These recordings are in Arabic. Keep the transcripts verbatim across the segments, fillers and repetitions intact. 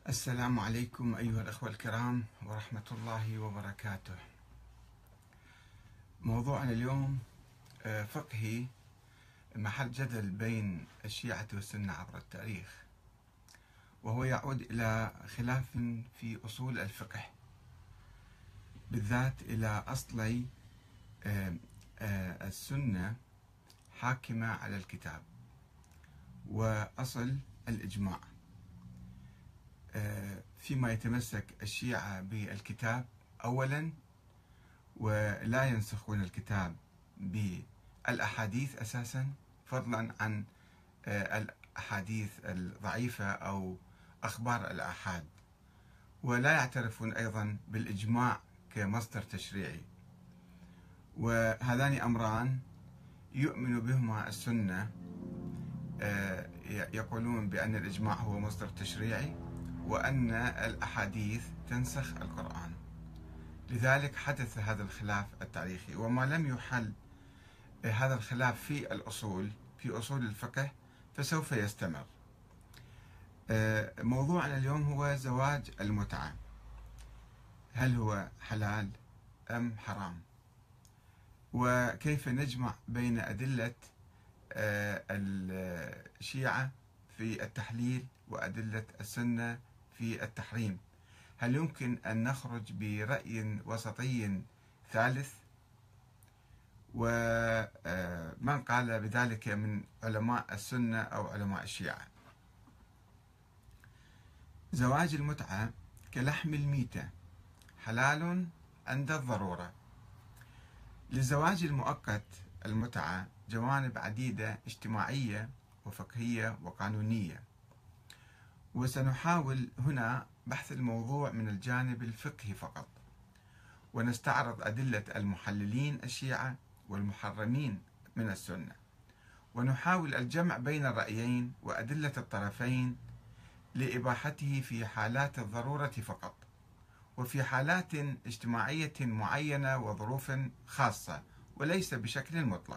السلام عليكم أيها الأخوة الكرام ورحمة الله وبركاته. موضوعنا اليوم فقهي محل جدل بين الشيعة والسنة عبر التاريخ، وهو يعود إلى خلاف في أصول الفقه، بالذات إلى أصلي السنة حاكمة على الكتاب وأصل الإجماع، فيما يتمسك الشيعة بالكتاب أولا ولا ينسخون الكتاب بالأحاديث أساسا، فضلا عن الأحاديث الضعيفة أو أخبار الآحاد، ولا يعترفون أيضا بالإجماع كمصدر تشريعي. وهذان أمران يؤمن بهما السنة، يقولون بأن الإجماع هو مصدر تشريعي وأن الأحاديث تنسخ القرآن. لذلك حدث هذا الخلاف التاريخي، وما لم يحل هذا الخلاف في الأصول في أصول الفقه فسوف يستمر. موضوعنا اليوم هو زواج المتعة، هل هو حلال أم حرام؟ وكيف نجمع بين أدلة الشيعة في التحليل وأدلة السنة في التحريم؟ هل يمكن أن نخرج برأي وسطي ثالث؟ ومن قال بذلك من علماء السنة أو علماء الشيعة. زواج المتعة كلحم الميتة، حلال عند الضرورة. للزواج المؤقت المتعة جوانب عديدة اجتماعية وفقهية وقانونية، وسنحاول هنا بحث الموضوع من الجانب الفقهي فقط، ونستعرض أدلة المحللين الشيعة والمحرمين من السنة، ونحاول الجمع بين الرأيين وأدلة الطرفين لإباحته في حالات الضرورة فقط، وفي حالات اجتماعية معينة وظروف خاصة، وليس بشكل مطلق.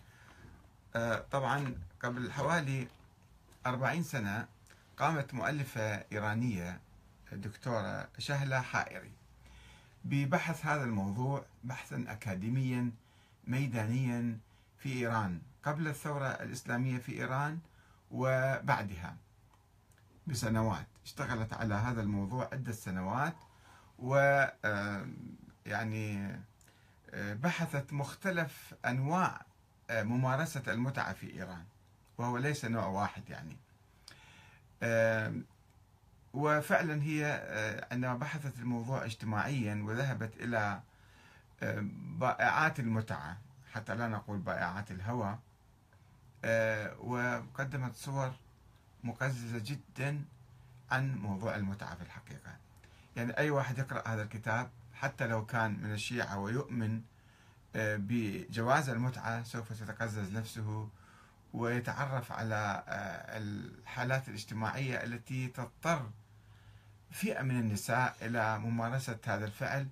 طبعا قبل حوالي أربعين سنة قامت مؤلفة إيرانية الدكتورة شهلة حائري ببحث هذا الموضوع بحثا أكاديميا ميدانيا في إيران قبل الثورة الإسلامية في إيران وبعدها بسنوات. اشتغلت على هذا الموضوع عدة سنوات، و يعني بحثت مختلف أنواع ممارسة المتعة في إيران، وهو ليس نوع واحد يعني. وفعلا هي عندما بحثت الموضوع اجتماعيا وذهبت إلى بائعات المتعة، حتى لا نقول بائعات الهوى، وقدمت صور مقززة جدا عن موضوع المتعة في الحقيقة. يعني أي واحد يقرأ هذا الكتاب حتى لو كان من الشيعة ويؤمن بجواز المتعة سوف تتقزز نفسه، ويتعرف على الحالات الاجتماعية التي تضطر فئة من النساء إلى ممارسة هذا الفعل،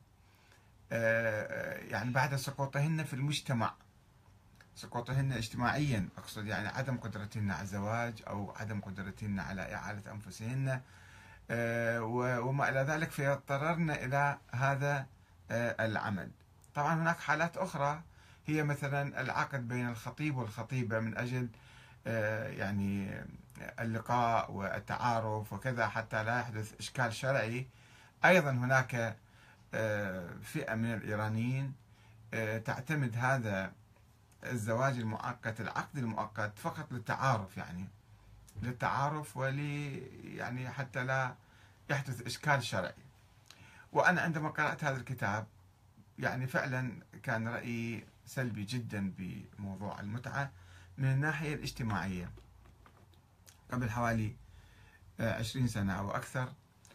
يعني بعد سقوطهن في المجتمع، سقوطهن اجتماعيا أقصد، يعني عدم قدرتهن على الزواج أو عدم قدرتهن على إعالة أنفسهن وما إلى ذلك، فيضطررن إلى هذا العمل. طبعا هناك حالات أخرى هي مثلا العقد بين الخطيب والخطيبة من أجل يعني اللقاء والتعارف وكذا حتى لا يحدث إشكال شرعي. أيضا هناك فئة من الإيرانيين تعتمد هذا الزواج المؤقت، العقد المؤقت، فقط للتعارف، يعني للتعارف ولي يعني حتى لا يحدث إشكال شرعي. وأنا عندما قرأت هذا الكتاب يعني فعلا كان رأيي سلبي جدا بموضوع المتعة من الناحية الاجتماعية. قبل حوالي عشرين سنة أو أكثر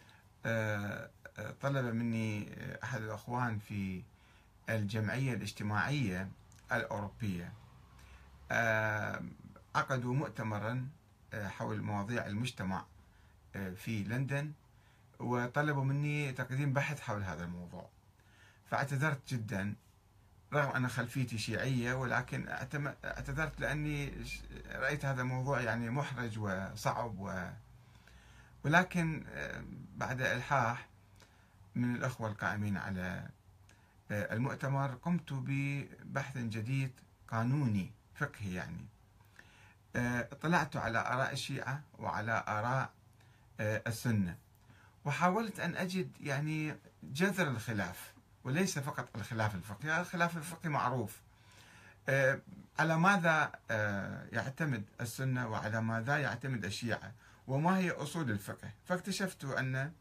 طلب مني أحد الأخوان في الجمعية الاجتماعية الأوروبية، عقدوا مؤتمرا حول مواضيع المجتمع في لندن، وطلبوا مني تقديم بحث حول هذا الموضوع. فاعتذرت جدا رغم أن خلفيتي شيعية، ولكن اعتذرت لأني رأيت هذا الموضوع يعني محرج وصعب ولكن بعد إلحاح من الأخوة القائمين على المؤتمر قمت ببحث جديد قانوني فقهي، يعني اطلعت على آراء الشيعة وعلى آراء السنة، وحاولت أن أجد يعني جذر الخلاف وليس فقط الخلاف الفقهي. الخلاف الفقهي معروف، على ماذا يعتمد السنة وعلى ماذا يعتمد الشيعة وما هي أصول الفقه. فاكتشفت أن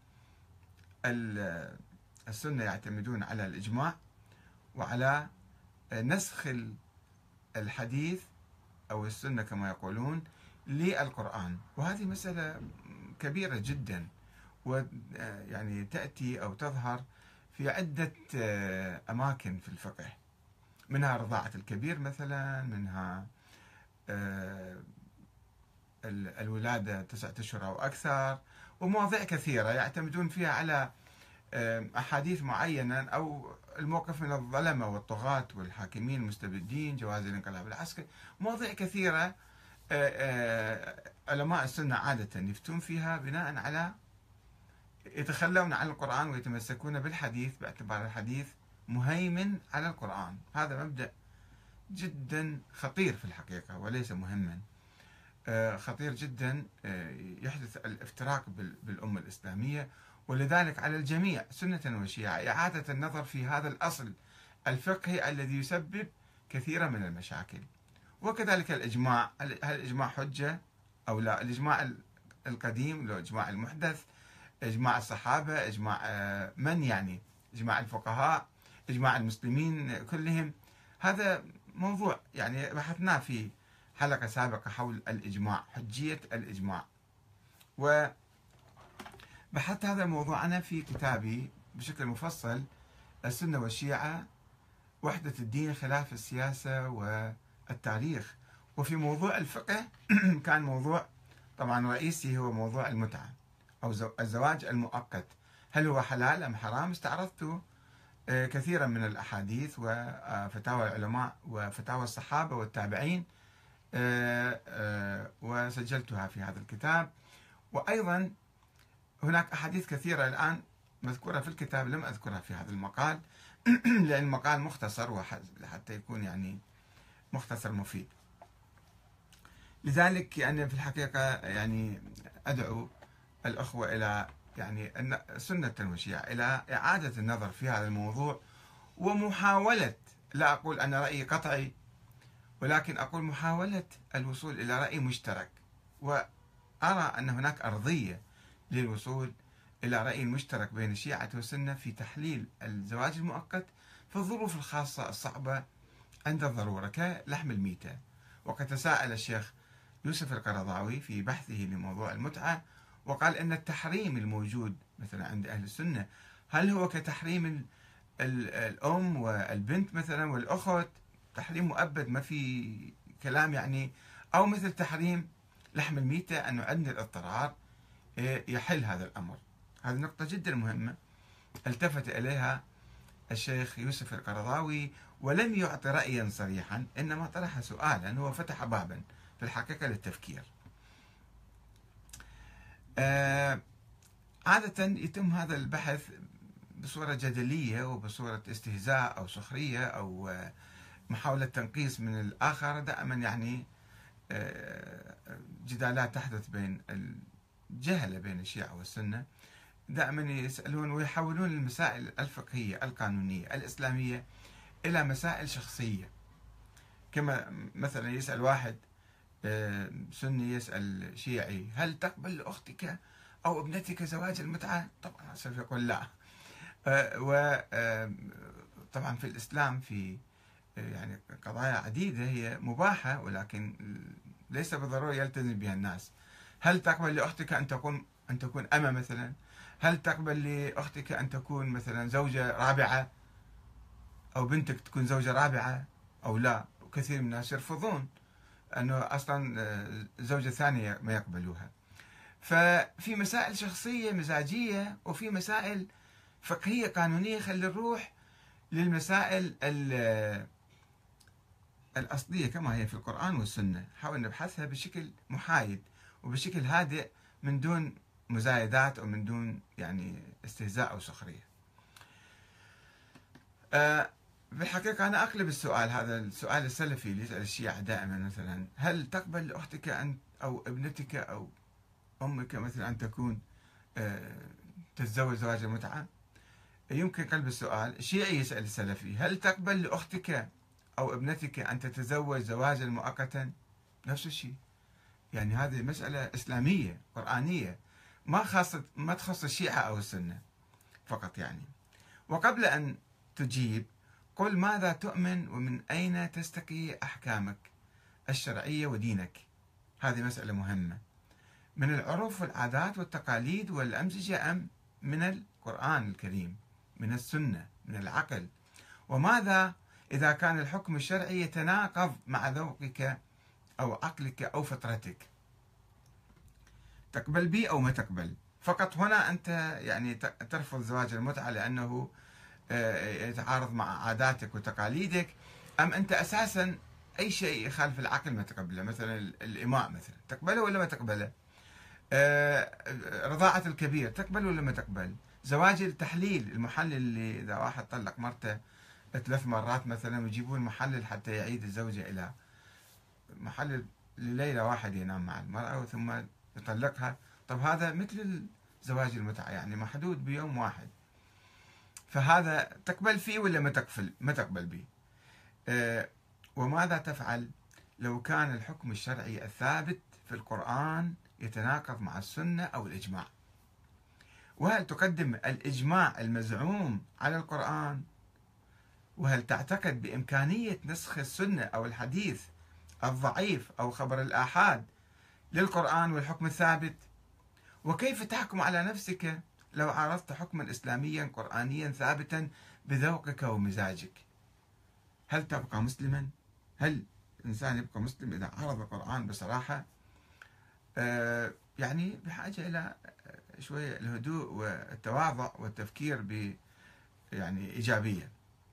السنة يعتمدون على الإجماع وعلى نسخ الحديث أو السنة كما يقولون للقرآن، وهذه مسألة كبيرة جدا، ويعني تأتي أو تظهر في عدة أماكن في الفقه، منها رضاعة الكبير مثلا، منها الولادة تسعة أشهر أو أكثر، ومواضيع كثيرة يعتمدون فيها على أحاديث معينة، أو الموقف من الظلمة والطغاة والحاكمين المستبدين، جواز الانقلاب العسكري، مواضيع كثيرة علماء السنة عادة يفتون فيها بناء على يتخلون عن القرآن ويتمسكون بالحديث باعتبار الحديث مهيمن على القرآن. هذا مبدأ جدا خطير في الحقيقة وليس مهما، خطير جدا، يحدث الافتراق بالأمة الإسلامية، ولذلك على الجميع سنة وشيعة إعادة النظر في هذا الأصل الفقهي الذي يسبب كثيرا من المشاكل. وكذلك الإجماع، هل الإجماع حجة أو لا؟ الإجماع القديم لو إجماع المحدث، إجماع الصحابة، إجماع من يعني إجماع الفقهاء، إجماع المسلمين كلهم، هذا موضوع يعني بحثناه في حلقة سابقة حول الإجماع، حجية الإجماع، وبحثت هذا الموضوع أنا في كتابي بشكل مفصل، السنة والشيعة، وحدة الدين خلاف السياسة والتاريخ. وفي موضوع الفقه كان موضوع طبعا رئيسي هو موضوع المتعة أو الزواج المؤقت، هل هو حلال أم حرام؟ استعرضت كثيرا من الأحاديث وفتاوى العلماء وفتاوى الصحابة والتابعين وسجلتها في هذا الكتاب. وأيضا هناك أحاديث كثيرة الآن مذكورة في الكتاب لم أذكرها في هذا المقال لأن المقال مختصر حتى يكون يعني مختصر مفيد. لذلك يعني في الحقيقة يعني أدعو الأخوة إلى يعني سنة وشيعة إلى إعادة النظر في هذا الموضوع، ومحاولة، لا أقول أن رأيي قطعي، ولكن أقول محاولة الوصول إلى رأي مشترك، وأرى أن هناك أرضية للوصول إلى رأي مشترك بين الشيعة والسنة في تحليل الزواج المؤقت في الظروف الخاصة الصعبة عند الضرورة كلحم الميتة. وقد تساءل الشيخ يوسف القرضاوي في بحثه لموضوع المتعة وقال أن التحريم الموجود مثلا عند أهل السنة هل هو كتحريم الأم والبنت مثلا والأخت، تحريم مؤبد ما في كلام يعني، أو مثل تحريم لحم الميتة أنه عندنا الاضطرار يحل هذا الأمر. هذه نقطة جدا مهمة التفت إليها الشيخ يوسف القرضاوي، ولم يعطي رأيا صريحا، إنما طرح سؤالا هو فتح بابا في الحقيقة للتفكير. آه عادة يتم هذا البحث بصورة جدلية وبصورة استهزاء أو سخرية أو محاولة تنقيص من الآخر، دائما يعني آه جدالات تحدث بين الجهلة بين الشيعة والسنة، دائما يسألون ويحولون المسائل الفقهية القانونية الإسلامية إلى مسائل شخصية. كما مثلا يسأل واحد سني يسأل شيعي هل تقبل لأختك أو ابنتك زواج المتعة؟ طبعا سوف يقول لا. وطبعا في الإسلام في يعني قضايا عديدة هي مباحة ولكن ليس بالضرورة يلتزم بها الناس. هل تقبل لأختك أن تكون أن تكون أمة مثلا؟ هل تقبل لأختك أن تكون مثلا زوجة رابعة أو بنتك تكون زوجة رابعة أو لا؟ وكثير من الناس يرفضون أنه أصلا زوجة ثانية ما يقبلوها. ففي مسائل شخصية مزاجية وفي مسائل فقهية قانونية. خلي نروح للمسائل الأصلية كما هي في القرآن والسنة، حاول نبحثها بشكل محايد وبشكل هادئ من دون مزايدات أو من دون يعني استهزاء أو سخرية. أه بالحقيقة أنا أقلب السؤال، هذا السؤال السلفي اللي يسأل الشيعة دائما مثلا: هل تقبل لأختك أن أو ابنتك أو أمك مثلا أن تكون أه تتزوج زواج المتعة؟ يمكن قلب السؤال الشيعي يسأل السلفي: هل تقبل لأختك أو ابنتك أن تتزوج زواجا مؤقتا؟ نفس الشيء. يعني هذه مسألة إسلامية قرآنية، ما خاصة ما تخص الشيعة أو السنة فقط يعني. وقبل أن تجيب قل ماذا تؤمن ومن أين تستقي أحكامك الشرعية ودينك. هذه مسألة مهمة. من العرف والعادات والتقاليد والأمزجة أم من القرآن الكريم، من السنة، من العقل؟ وماذا إذا كان الحكم الشرعي يتناقض مع ذوقك أو عقلك أو فطرتك؟ تقبل به أو ما تقبل؟ فقط هنا أنت يعني ترفض زواج المتعة لأنه يتعارض مع عاداتك وتقاليدك، أم أنت أساسا أي شيء يخالف العقل ما تقبله؟ مثلا الإماء مثلا تقبله ولا ما تقبله؟ رضاعة الكبير تقبل ولا ما تقبل؟ زواج التحليل، المحلل اللي إذا واحد طلق مرته ثلاث مرات مثلا ويجيبون محلل حتى يعيد الزوجة إلى محلل لليلة واحدة ينام مع المرأة ثم يطلقها. طب هذا مثل زواج المتعة يعني محدود بيوم واحد، فهذا تقبل فيه ولا ما تقبل ما تقبل به؟ أه وماذا تفعل لو كان الحكم الشرعي الثابت في القرآن يتناقض مع السنة أو الإجماع؟ وهل تقدم الإجماع المزعوم على القرآن؟ وهل تعتقد بإمكانية نسخ السنة أو الحديث الضعيف أو خبر الآحاد للقرآن والحكم الثابت؟ وكيف تحكم على نفسك لو عارضت حكما إسلاميا قرآنيا ثابتا بذوقك ومزاجك؟ هل تبقى مسلما؟ هل الإنسان يبقى مسلم إذا عرض القرآن بصراحة؟ آه يعني بحاجة إلى شوية الهدوء والتواضع والتفكير ب يعني إيجابية.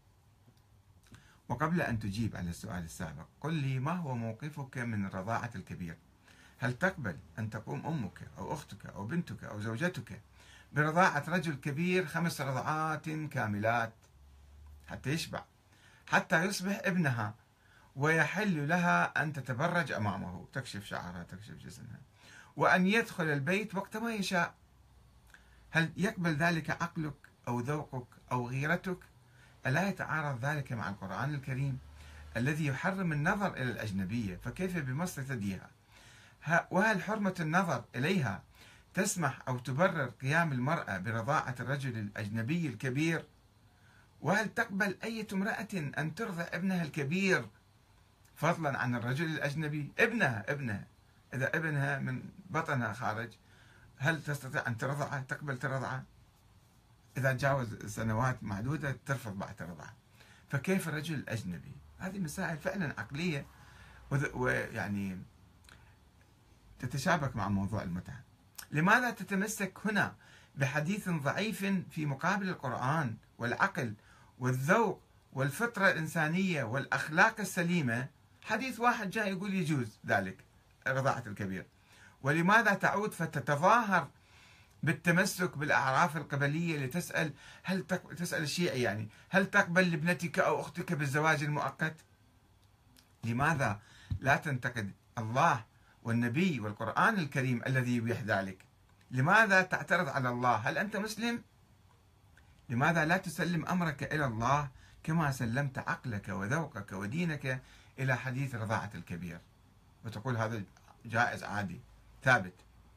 وقبل أن تجيب على السؤال السابق قل لي ما هو موقفك من رضاعة الكبير؟ هل تقبل أن تقوم أمك أو أختك أو بنتك أو زوجتك برضاعة رجل كبير خمس رضعات كاملات حتى يشبع، حتى يصبح ابنها، ويحل لها أن تتبرج أمامه، تكشف شعرها تكشف جسمها، وأن يدخل البيت وقت ما يشاء؟ هل يقبل ذلك عقلك أو ذوقك أو غيرتك؟ ألا يتعارض ذلك مع القرآن الكريم الذي يحرم النظر إلى الأجنبية؟ فكيف بمص ثديها؟ وهل حرمة النظر إليها تسمح أو تبرر قيام المرأة برضاعة الرجل الأجنبي الكبير؟ وهل تقبل أي امرأة أن ترضع ابنها الكبير فضلا عن الرجل الأجنبي؟ ابنها ابنها إذا ابنها من بطنها خارج، هل تستطيع أن ترضعه؟ تقبل ترضعه؟ إذا تجاوز سنوات معدودة ترفض بعد ترضعه. فكيف الرجل الأجنبي؟ هذه مسائل فعلا عقلية ويعني تتشابك مع موضوع المتعة. لماذا تتمسك هنا بحديث ضعيف في مقابل القرآن والعقل والذوق والفطرة الإنسانية والأخلاق السليمة؟ حديث واحد جاء يقول يجوز ذلك رضاعة الكبير. ولماذا تعود فتتظاهر بالتمسك بالأعراف القبلية لتسأل هل تسأل الشيعي يعني هل تقبل لابنتك أو أختك بالزواج المؤقت؟ لماذا لا تنتقد الله والنبي والقرآن الكريم الذي يبيح ذلك؟ لماذا تعترض على الله؟ هل أنت مسلم؟ لماذا لا تسلم أمرك إلى الله كما سلمت عقلك وذوقك ودينك إلى حديث رضاعة الكبير وتقول هذا جائز عادي ثابت؟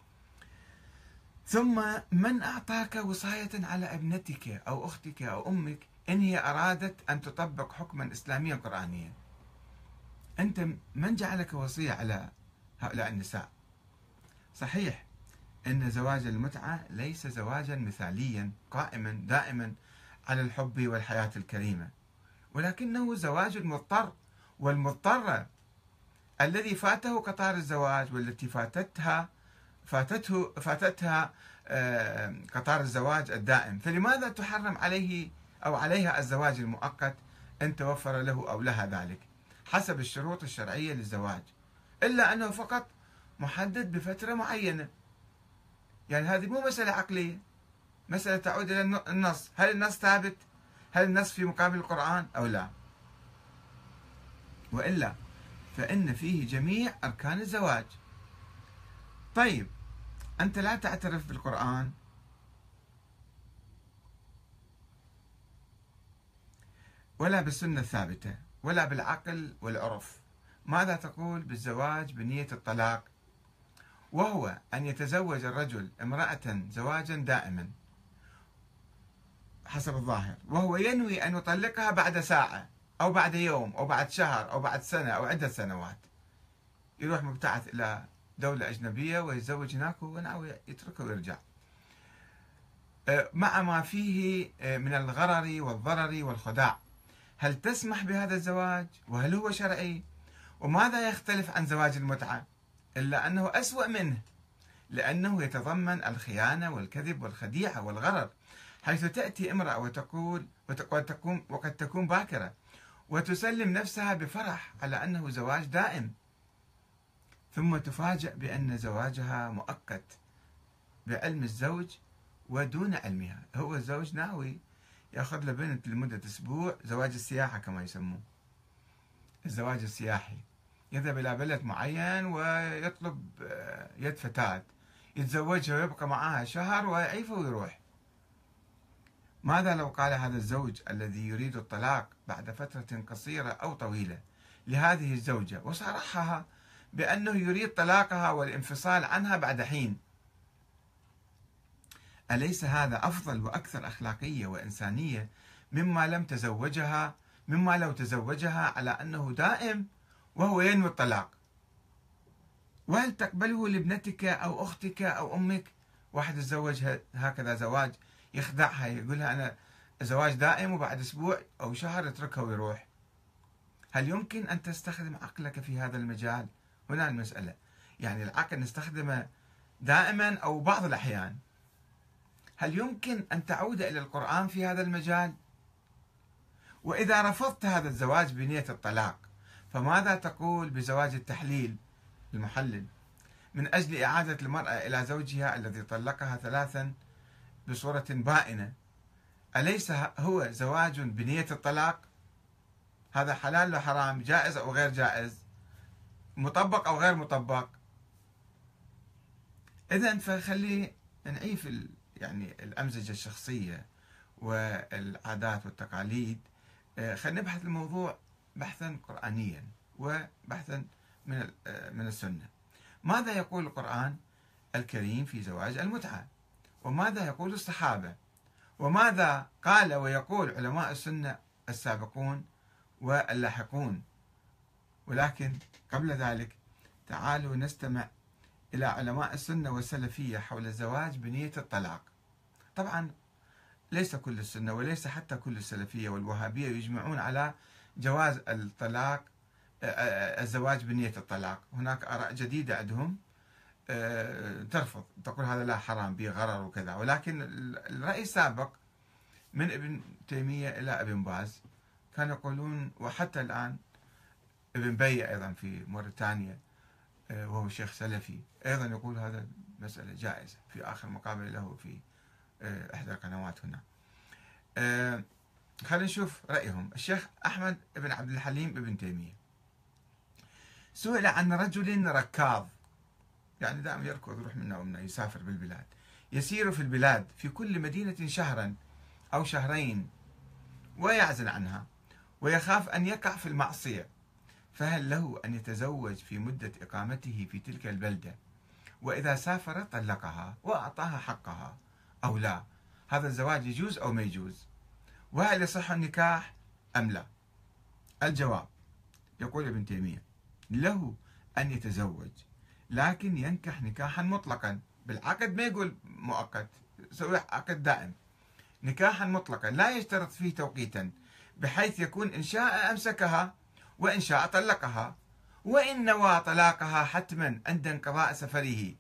ثم من أعطاك وصاية على ابنتك أو أختك أو أمك إن هي أرادت أن تطبق حكما إسلاميا قرآنيا؟ أنت من جعلك وصية على هؤلاء النساء؟ صحيح أن زواج المتعة ليس زواجا مثاليا قائما دائما على الحب والحياة الكريمة، ولكنه زواج مضطر، والمضطرة الذي فاته قطار الزواج والتي فاتتها فاتته فاتتها قطار الزواج الدائم، فلماذا تحرم عليه أو عليها الزواج المؤقت إن توفر له أو لها ذلك حسب الشروط الشرعية للزواج، إلا أنه فقط محدد بفترة معينة؟ يعني هذه مو مسألة عقلية، مسألة تعود إلى النص. هل النص ثابت؟ هل النص في مقابل القرآن أو لا؟ وإلا فإن فيه جميع أركان الزواج. طيب أنت لا تعترف بالقرآن ولا بالسنة الثابتة ولا بالعقل والعرف، ماذا تقول بالزواج بنية الطلاق، وهو أن يتزوج الرجل امرأة زواجا دائما حسب الظاهر، وهو ينوي أن يطلقها بعد ساعة أو بعد يوم أو بعد شهر أو بعد سنة أو عدة سنوات، يروح مبتعث إلى دولة أجنبية ويتزوج هناك وناوي يتركه ويرجع، مع ما فيه من الغرر والضرر والخداع. هل تسمح بهذا الزواج؟ وهل هو شرعي؟ وماذا يختلف عن زواج المتعة إلا أنه أسوأ منه، لأنه يتضمن الخيانة والكذب والخديعة والغرر، حيث تأتي امرأة وتقول وتكون وقد تكون باكرة وتسلم نفسها بفرح على أنه زواج دائم، ثم تفاجأ بأن زواجها مؤقت بعلم الزوج ودون علمها. هو الزوج ناوي يأخذ له بنت لمدة أسبوع، زواج السياحة كما يسموه، الزواج السياحي، يذهب إلى بلد معين ويطلب يد فتاة يتزوجها ويبقى معها شهر ويعيفه ويروح. ماذا لو قال هذا الزوج الذي يريد الطلاق بعد فترة قصيرة أو طويلة لهذه الزوجة وصارحها بأنه يريد طلاقها والانفصال عنها بعد حين؟ أليس هذا أفضل وأكثر أخلاقية وإنسانية مما لم تزوجها مما لو تزوجها على أنه دائم وهو ينوي الطلاق؟ وهل تقبله لابنتك أو أختك أو أمك؟ واحد يتزوج هكذا زواج يخدعها، يقولها أنا زواج دائم وبعد أسبوع أو شهر يتركها ويروح. هل يمكن أن تستخدم عقلك في هذا المجال؟ هنا المسألة، يعني العقل نستخدمه دائما أو بعض الأحيان. هل يمكن أن تعود إلى القرآن في هذا المجال؟ وإذا رفضت هذا الزواج بنية الطلاق، فماذا تقول بزواج التحليل المحلل من أجل إعادة المرأة إلى زوجها الذي طلقها ثلاثا بصورة بائنة؟ أليس هو زواج بنية الطلاق؟ هذا حلال ولا حرام، جائز أو غير جائز، مطبق أو غير مطبق؟ إذن فخلي نعيف يعني الأمزجة الشخصية والعادات والتقاليد، خلينا نبحث الموضوع بحثا قرآنيا وبحثا من من السنة. ماذا يقول القرآن الكريم في زواج المتعة؟ وماذا يقول الصحابة؟ وماذا قال ويقول علماء السنة السابقون واللاحقون؟ ولكن قبل ذلك تعالوا نستمع إلى علماء السنة والسلفية حول الزواج بنية الطلاق. طبعا ليس كل السنة وليس حتى كل السلفية والوهابية يجمعون على جواز الطلاق، الزواج بنية الطلاق. هناك آراء جديدة عندهم ترفض، تقول هذا لا حرام به غرر وكذا، ولكن الرأي السابق من ابن تيمية إلى ابن باز كانوا يقولون، وحتى الآن ابن بي أيضا في موريتانيا وهو شيخ سلفي أيضا يقول هذا مسألة جائزة، في آخر مقابلة له في إحدى القنوات هنا. خلينا نشوف رأيهم. الشيخ أحمد بن عبد الحليم بن تيمية سئل عن رجل ركاض، يعني دائما يركض يروح منا ومنا، يسافر بالبلاد، يسير في البلاد في كل مدينة شهرا أو شهرين ويعزل عنها ويخاف أن يقع في المعصية، فهل له أن يتزوج في مدة إقامته في تلك البلدة، وإذا سافر طلقها وأعطاها حقها أو لا؟ هذا الزواج يجوز أو ما يجوز؟ وهل يصح النكاح أم لا؟ الجواب، يقول ابن تيمية، له أن يتزوج، لكن ينكح نكاحا مطلقا، بالعقد ما يقول مؤقت، يسوي عقد دائم، نكاحا مطلقا لا يشترط فيه توقيتا، بحيث يكون إن شاء أمسكها وإن شاء طلقها، وإن نوى طلاقها حتما عند انقضاء سفره،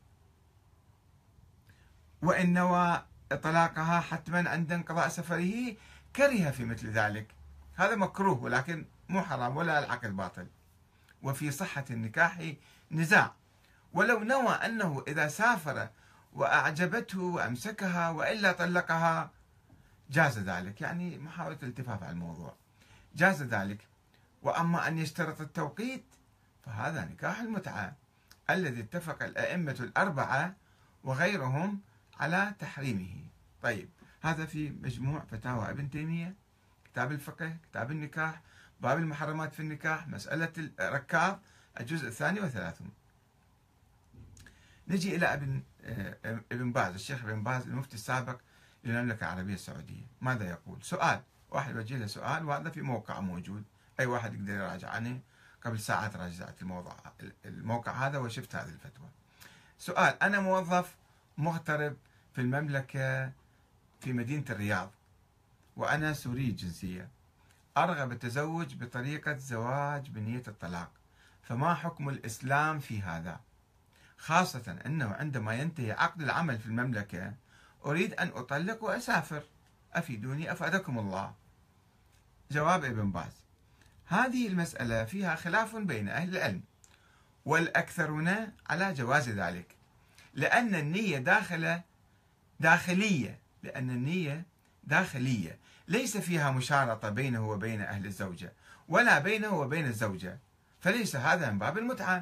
وإن نوى طلاقها حتما عند انقضاء سفره كره في مثل ذلك. هذا مكروه ولكن مو حرام ولا العقد باطل. وفي صحة النكاح نزاع، ولو نوى أنه إذا سافر وأعجبته وأمسكها وإلا طلقها جاز ذلك، يعني محاولة الالتفاف على الموضوع، جاز ذلك. وأما أن يشترط التوقيت فهذا نكاح المتعة الذي اتفق الأئمة الأربعة وغيرهم على تحريمه. طيب، هذا في مجموع فتاوى ابن تيمية، كتاب الفقه، كتاب النكاح، باب المحرمات في النكاح، مسألة الركاظ، الجزء الثاني وثلاثون. نجي إلى ابن ابن باز، الشيخ ابن باز المفتي السابق للمملكة العربية السعودية، ماذا يقول؟ سؤال واحد وجه له سؤال، وهذا في موقع موجود، أي واحد يقدر يراجع عنه. قبل ساعات راجعت الموضوع الموقع هذا وشفت هذه الفتوى. سؤال: أنا موظف مغترب في المملكة في مدينة الرياض، وأنا سوري الجنسية، أرغب التزوج بطريقة زواج بنية الطلاق، فما حكم الإسلام في هذا؟ خاصة أنه عندما ينتهي عقد العمل في المملكة أريد أن أطلق وأسافر، أفيدوني أفادكم الله. جواب ابن باز: هذه المسألة فيها خلاف بين أهل العلم، والأكثرون على جواز ذلك، لأن النية داخلة داخلية لأن النية داخلية ليس فيها مشارطة بينه وبين أهل الزوجة ولا بينه وبين الزوجة، فليس هذا من باب المتعة،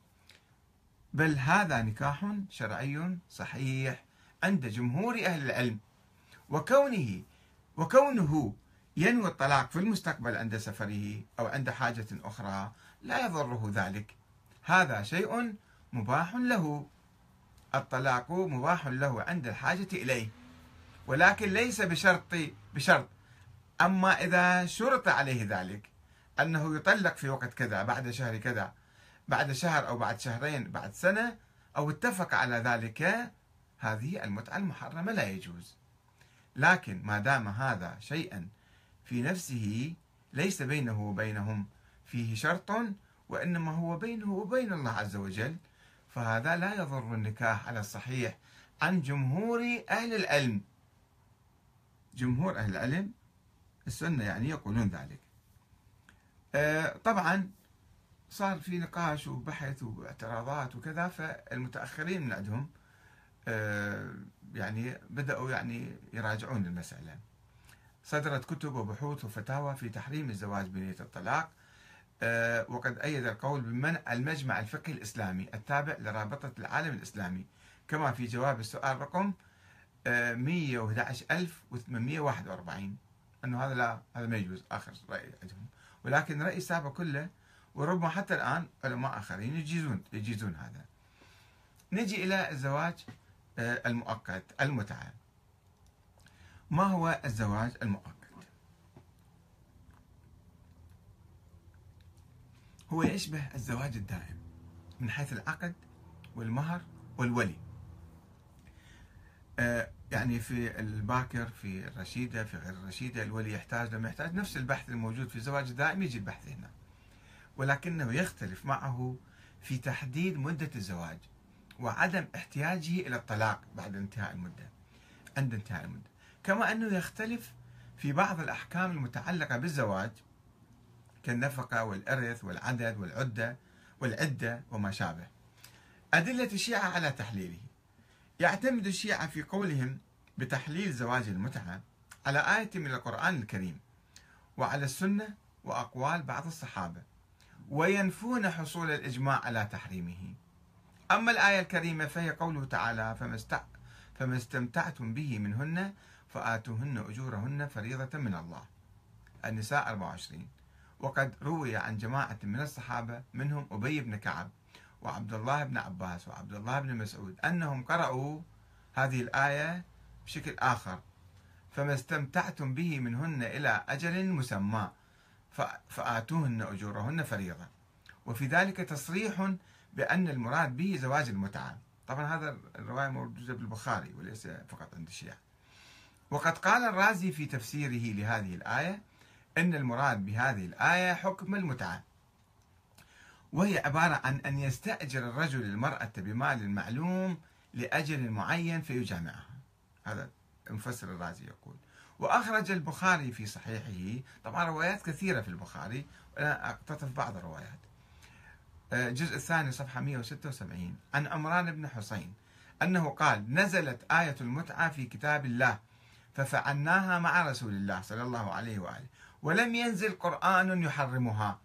بل هذا نكاح شرعي صحيح عند جمهور أهل العلم. وكونه وكونه ينوي الطلاق في المستقبل عند سفره أو عند حاجة أخرى لا يضره ذلك، هذا شيء مباح له. الطلاق مباح له عند الحاجة إليه، ولكن ليس بشرط بشرط أما إذا شرط عليه ذلك أنه يطلق في وقت كذا، بعد شهر كذا، بعد شهر أو بعد شهرين، بعد سنة، أو اتفق على ذلك، هذه المتعة المحرمة لا يجوز. لكن ما دام هذا شيئا في نفسه ليس بينه وبينهم فيه شرط، وإنما هو بينه وبين الله عز وجل، فهذا لا يضر النكاح على الصحيح عن جمهور أهل العلم. جمهور أهل العلم السنة يعني يقولون ذلك. آه طبعا صار في نقاش وبحث واعتراضات وكذا، فالمتأخرين من عندهم آه يعني بدأوا يعني يراجعون المسألة. صدرت كتب وبحوث وفتاوى في تحريم الزواج بنية الطلاق، آه وقد أيد القول بمنع المجمع الفقهي الإسلامي التابع لرابطة العالم الإسلامي، كما في جواب السؤال رقم آه مئة وأحد عشر ألف وثمانمئة وواحد وأربعين، أنه هذا لا هذا ما يجوز، آخر رأي عندهم. ولكن رأي سابق كله، وربما حتى الآن علماء آخرين يجيزون يجيزون هذا. نجي إلى الزواج آه المؤقت، المتعة. ما هو الزواج المؤقت؟ هو يشبه الزواج الدائم من حيث العقد والمهر والولي. آه يعني في الباكر، في الرشيدة، في غير الرشيدة، الولي يحتاج لما يحتاج نفس البحث الموجود في الزواج الدائم يجي البحث هنا، ولكنه يختلف معه في تحديد مدة الزواج وعدم احتياجه إلى الطلاق بعد انتهاء المدة عند انتهاء المدة، كما أنه يختلف في بعض الأحكام المتعلقة بالزواج كالنفقة والإرث والعدد والعدة والعدة وما شابه. أدلة الشيعة على تحليله: يعتمد الشيعة في قولهم بتحليل زواج المتعة على آية من القرآن الكريم وعلى السنة وأقوال بعض الصحابة، وينفون حصول الإجماع على تحريمه. أما الآية الكريمة فهي قوله تعالى: فما استمتعتم به منهن فآتوهن أجورهن فريضة من الله، النساء أربعة وعشرين. وقد روي عن جماعة من الصحابة منهم أبي بن كعب وعبد الله بن عباس وعبد الله بن مسعود أنهم قرأوا هذه الآية بشكل آخر: فما استمتعتم به منهن إلى أجل مسمى فآتوهن أجورهن فريضة، وفي ذلك تصريح بأن المراد به زواج المتعة. طبعا هذا الرواية موجودة بالبخاري وليس فقط عند الشيعة. وقد قال الرازي في تفسيره لهذه الآية إن المراد بهذه الآية حكم المتعة، وهي عبارة عن أن يستأجر الرجل المرأة بمال معلوم لأجل معين فيجامعها. هذا المفسر الرازي يقول. وأخرج البخاري في صحيحه، طبعا روايات كثيرة في البخاري وأنا أقتطف بعض الروايات، الجزء الثاني صفحة مئة وستة وسبعين، عن عمران بن حسين أنه قال: نزلت آية المتعة في كتاب الله ففعلناها مع رسول الله صلى الله عليه وآله، ولم ينزل قرآن يحرمها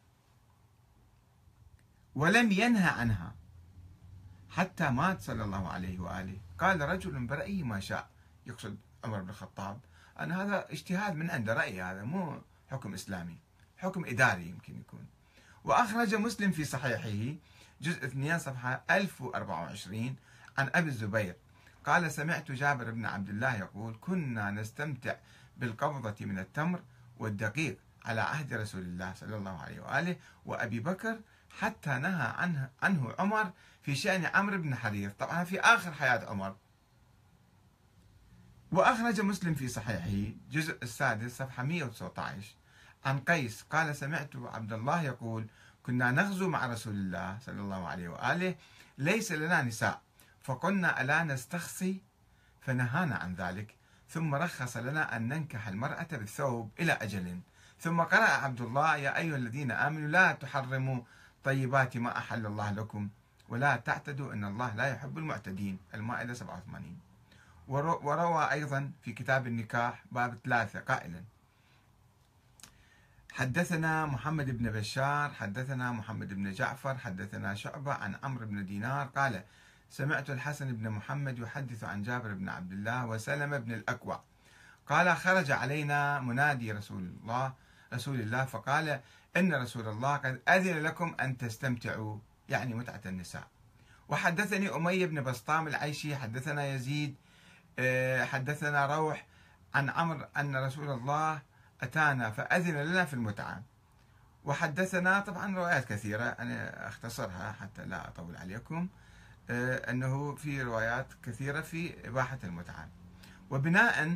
ولم ينهى عنها حتى مات صلى الله عليه وآله. قال رجل برأيه ما شاء، يقصد عمر بن الخطاب، أن هذا اجتهاد من عنده، رأي، هذا مو حكم إسلامي، حكم إداري يمكن يكون. وأخرج مسلم في صحيحه جزء اثنين صفحة ألف وأربعة وعشرين عن أبي الزبير قال: سمعت جابر بن عبد الله يقول: كنا نستمتع بالقبضة من التمر والدقيق على عهد رسول الله صلى الله عليه وآله وأبي بكر، حتى نهى عنه, عنه عمر في شأن عمرو بن حريث، طبعا في آخر حياة عمر. وأخرج مسلم في صحيحه جزء السادس صفحة مئة وتسعة عشر عن قيس قال: سمعت عبد الله يقول: كنا نغزو مع رسول الله صلى الله عليه وآله، ليس لنا نساء، فقلنا ألا نستخصي، فنهانا عن ذلك، ثم رخص لنا أن ننكح المرأة بالثوب إلى أجل، ثم قرأ عبد الله: يا أيها الذين آمنوا لا تحرموا طيبات ما أحل الله لكم ولا تعتدوا إن الله لا يحب المعتدين، المائدة سبعة وثمانين. وروى أيضا في كتاب النكاح باب ثلاثة قائلا: حدثنا محمد بن بشار حدثنا محمد بن جعفر حدثنا شعبة عن عمرو بن دينار قال: سمعت الحسن بن محمد يحدث عن جابر بن عبد الله وسلمة بن الأكوع قال: خرج علينا منادي رسول الله رسول الله فقال: إن رسول الله قد أذن لكم أن تستمتعوا، يعني متعة النساء. وحدثني أمية بن بسطام العيشي حدثنا يزيد حدثنا روح عن عمرو أن رسول الله أتانا فأذن لنا في المتعة. وحدثنا، طبعا روايات كثيرة أنا أختصرها حتى لا أطول عليكم، أنه في روايات كثيرة في إباحة المتعة. وبناء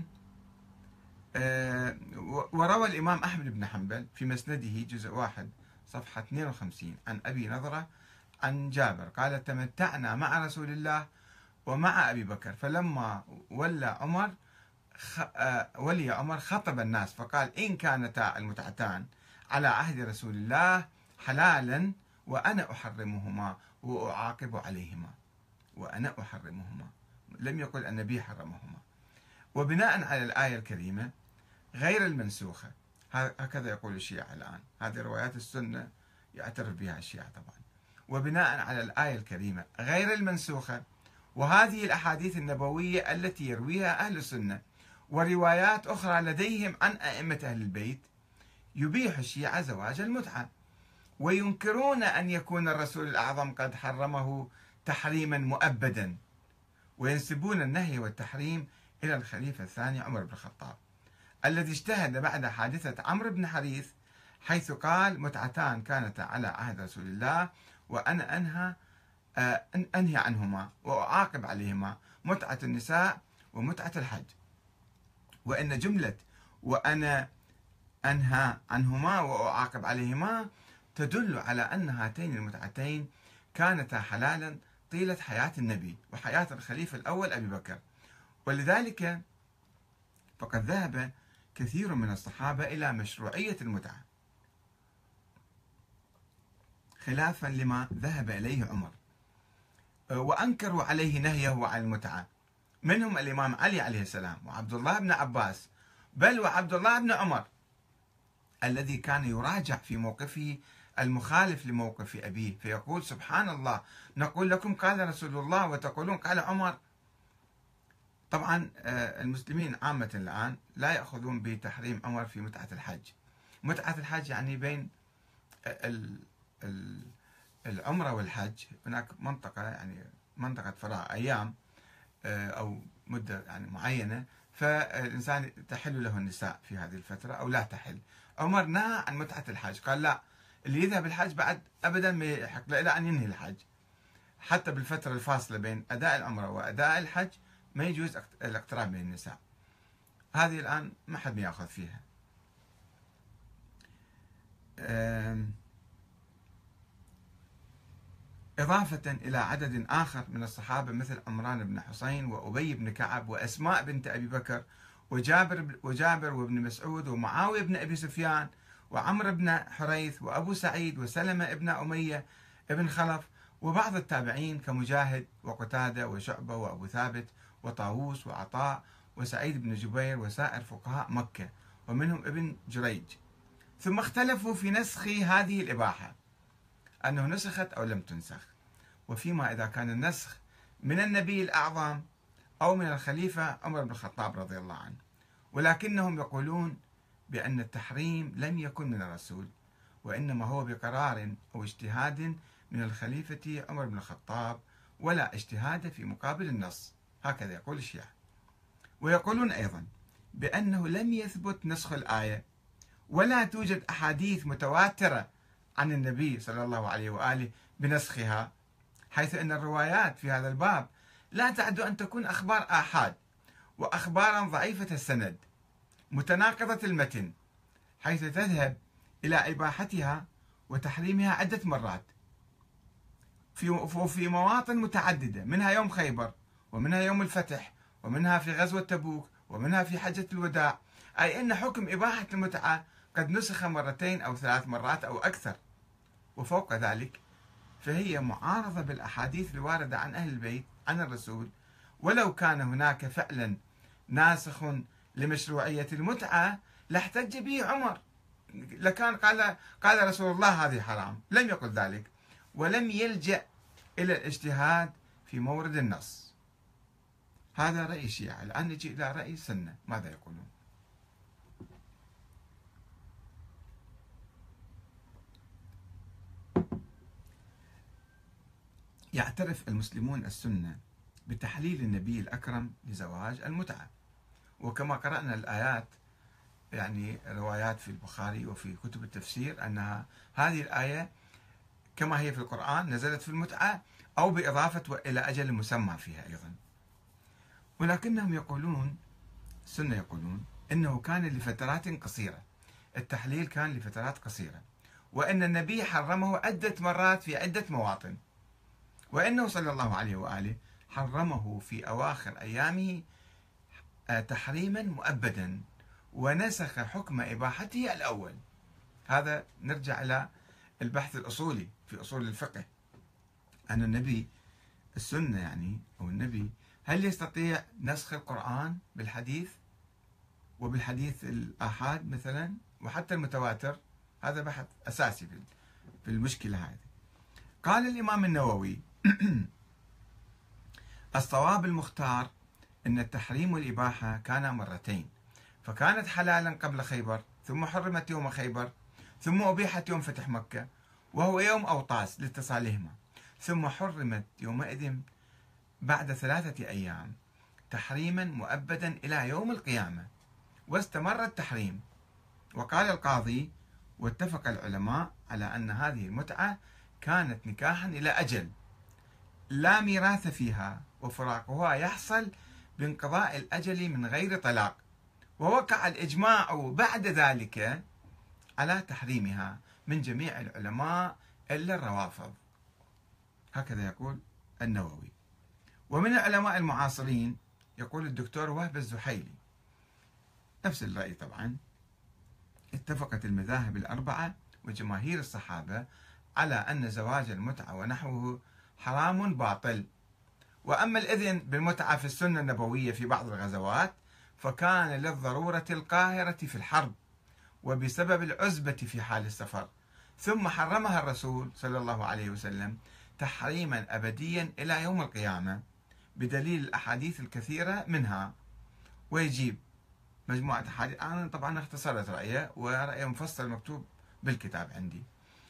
وروى الإمام أحمد بن حنبل في مسنده جزء واحد صفحة اثنين وخمسين عن أبي نضرة عن جابر قال: تمتعنا مع رسول الله ومع أبي بكر، فلما ولى عمر ولي عمر خطب الناس فقال: إن كانتا المتعتان على عهد رسول الله حلالا وأنا أحرمهما وأعاقب عليهما، وأنا أحرمهما، لم يقل النبي حرمهما. وبناء على الآية الكريمة غير المنسوخة، هكذا يقول الشيعة الآن، هذه روايات السنة يعترف بها الشيعة طبعا. وبناء على الآية الكريمة غير المنسوخة وهذه الأحاديث النبوية التي يرويها أهل السنة وروايات أخرى لديهم عن أئمة أهل البيت، يبيح الشيعة زواج المتعة، وينكرون أن يكون الرسول الأعظم قد حرمه تحريما مؤبدا، وينسبون النهي والتحريم إلى الخليفة الثاني عمر بن الخطاب الذي اجتهد بعد حادثة عمرو بن حريث، حيث قال: متعتان كانتا على عهد رسول الله وأنا أنهى أنهي عنهما وأعاقب عليهما، متعة النساء ومتعة الحج. وإن جملة وأنا أنهى عنهما وأعاقب عليهما تدل على أن هاتين المتعتين كانتا حلالا طيلة حياة النبي وحياة الخليفة الأول أبي بكر، ولذلك فقد ذهب كثير من الصحابة إلى مشروعية المتعة خلافا لما ذهب إليه عمر، وأنكروا عليه نهيه عن المتعة، منهم الإمام علي عليه السلام وعبد الله بن عباس، بل وعبد الله بن عمر الذي كان يراجع في موقفه المخالف لموقف أبيه، فيقول: سبحان الله، نقول لكم قال رسول الله وتقولون قال عمر. طبعا المسلمين عامة الآن لا يأخذون بتحريم عمر في متعة الحج. متعة الحج يعني بين العمرة والحج هناك منطقة، يعني منطقة فراغ أيام أو مدة يعني معينة، فالإنسان تحل له النساء في هذه الفترة أو لا تحل. عمر نهى عن متعة الحج، قال لا، اللي يذهب الحج بعد أبدا ما يحق له إلى أن ينهي الحج، حتى بالفترة الفاصلة بين أداء العمرة وأداء الحج ما يجوز الاقتراب من النساء. هذه الآن ما حد يأخذ فيها. إضافة إلى عدد آخر من الصحابة مثل عمران بن حسين وأبي بن كعب وأسماء بنت أبي بكر وجابر وجابر وابن مسعود ومعاوية بن أبي سفيان وعمرو بن حريث وأبو سعيد وسلمة ابن أمية ابن خلف وبعض التابعين كمجاهد وقتادة وشعبة وأبو ثابت وطاووس وعطاء وسعيد بن جبير وسائر فقهاء مكة ومنهم ابن جريج. ثم اختلفوا في نسخ هذه الإباحة، أنه نسخت أو لم تنسخ، وفيما إذا كان النسخ من النبي الأعظم أو من الخليفة عمر بن الخطاب رضي الله عنه، ولكنهم يقولون بأن التحريم لم يكن من الرسول، وإنما هو بقرار أو اجتهاد من الخليفة عمر بن الخطاب، ولا اجتهاد في مقابل النص، هكذا يقول الشيعة. ويقولون أيضا بأنه لم يثبت نسخ الآية، ولا توجد أحاديث متواترة عن النبي صلى الله عليه وآله بنسخها، حيث أن الروايات في هذا الباب لا تعد أن تكون أخبار آحاد وأخبارا ضعيفة السند متناقضة المتن، حيث تذهب إلى إباحتها وتحريمها عدة مرات في في مواطن متعددة، منها يوم خيبر، ومنها يوم الفتح، ومنها في غزوة تبوك، ومنها في حجة الوداع. أي أن حكم إباحة المتعة قد نسخ مرتين أو ثلاث مرات أو أكثر. وفوق ذلك فهي معارضة بالأحاديث الواردة عن أهل البيت عن الرسول، ولو كان هناك فعلا ناسخ لمشروعية المتعة لاحتج به عمر، لكان قال قال رسول الله هذه حرام، لم يقل ذلك، ولم يلجأ إلى الاجتهاد في مورد النص. هذا رأي الشيعة. الآن نجي إلى رأي السنة، ماذا يقولون؟ يعترف المسلمون السنة بتحليل النبي الأكرم لزواج المتعة، وكما قرأنا الآيات، يعني روايات في البخاري وفي كتب التفسير، أنها هذه الآية كما هي في القرآن نزلت في المتعة أو بإضافة إلى أجل مسمى فيها أيضا. ولكنهم يقولون، السنة يقولون إنه كان لفترات قصيرة، التحليل كان لفترات قصيرة، وأن النبي حرمه عدة مرات في عدة مواطن، وأنه صلى الله عليه وآله حرمه في أواخر أيامه تحريما مؤبدا، ونسخ حكم إباحته الأول. هذا نرجع إلى البحث الأصولي في أصول الفقه، أن النبي، السنة يعني أو النبي، هل يستطيع نسخ القرآن بالحديث وبالحديث الآحاد مثلا وحتى المتواتر؟ هذا بحث أساسي في المشكلة هذه. قال الإمام النووي: الصواب المختار أن التحريم والإباحة كان مرتين، فكانت حلالا قبل خيبر، ثم حرمت يوم خيبر، ثم أبيحت يوم فتح مكة وهو يوم أوطاس لاتصالهما، ثم حرمت يومئذ بعد ثلاثة أيام تحريما مؤبدا إلى يوم القيامة، واستمر التحريم. وقال القاضي: واتفق العلماء على أن هذه المتعة كانت نكاحا إلى أجل لا ميراث فيها، وفراقها يحصل بانقضاء الأجل من غير طلاق، ووقع الإجماع بعد ذلك على تحريمها من جميع العلماء إلا الروافض. هكذا يقول النووي. ومن العلماء المعاصرين يقول الدكتور وهب الزحيلي نفس الرأي طبعا: اتفقت المذاهب الأربعة وجماهير الصحابة على أن زواج المتعة ونحوه حرام باطل، وأما الإذن بالمتعة في السنة النبوية في بعض الغزوات فكان للضرورة القاهرة في الحرب وبسبب العزبة في حال السفر، ثم حرمها الرسول صلى الله عليه وسلم تحريما أبديا إلى يوم القيامة بدليل الأحاديث الكثيرة منها. ويجيب مجموعة أحاديث، أنا طبعا اختصرت رأيه ورأيه مفصل مكتوب بالكتاب عندي.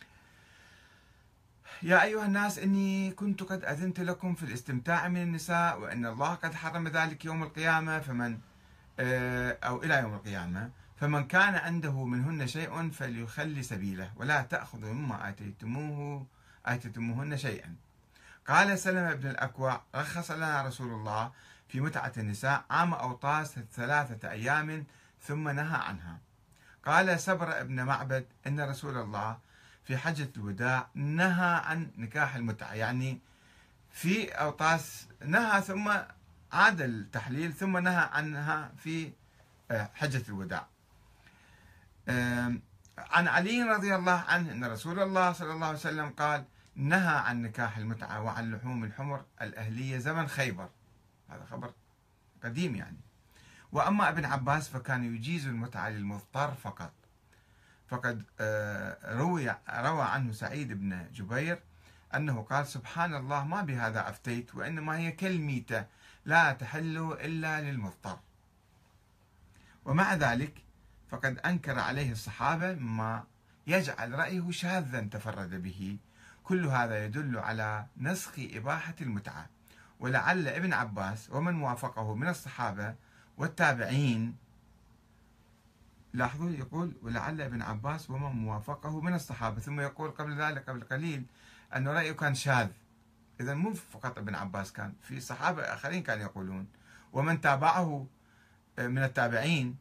يا أيها الناس إني كنت قد أذنت لكم في الاستمتاع من النساء، وإن الله قد حرم ذلك يوم القيامة، فمن أو إلى يوم القيامة، فمن كان عنده منهن شيء فليخلي سبيله، ولا تأخذوا مما آتيتموه آتيتموهن شيئا. قال سلمة بن الأكوع: رخص لنا رسول الله في متعة النساء عام أوطاس ثلاثة أيام ثم نهى عنها. قال سبر بن معبد: إن رسول الله في حجة الوداع نهى عن نكاح المتعة، يعني في أوطاس نهى ثم عاد التحليل ثم نهى عنها في حجة الوداع. عن علي رضي الله عنه أن رسول الله صلى الله عليه وسلم قال: نهى عن نكاح المتعة وعن لحوم الحمر الأهلية زمن خيبر. هذا خبر قديم يعني. وأما ابن عباس فكان يجيز المتعة للمضطر فقط. فقد روي روى عنه سعيد بن جبير أنه قال: سبحان الله، ما بهذا أفتيت، وإنما هي كالميتة لا تحل إلا للمضطر. ومع ذلك فقد أنكر عليه الصحابة مما يجعل رأيه شاذا تفرد به. كل هذا يدل على نسخ إباحة المتعة. ولعل ابن عباس ومن وافقه من الصحابة والتابعين، لاحظوا يقول ولعل ابن عباس ومن وافقه من الصحابة، ثم يقول قبل ذلك قبل قليل أنه رأيه كان شاذ. إذا مو فقط ابن عباس، كان في صحابة آخرين كانوا يقولون، ومن تابعه من التابعين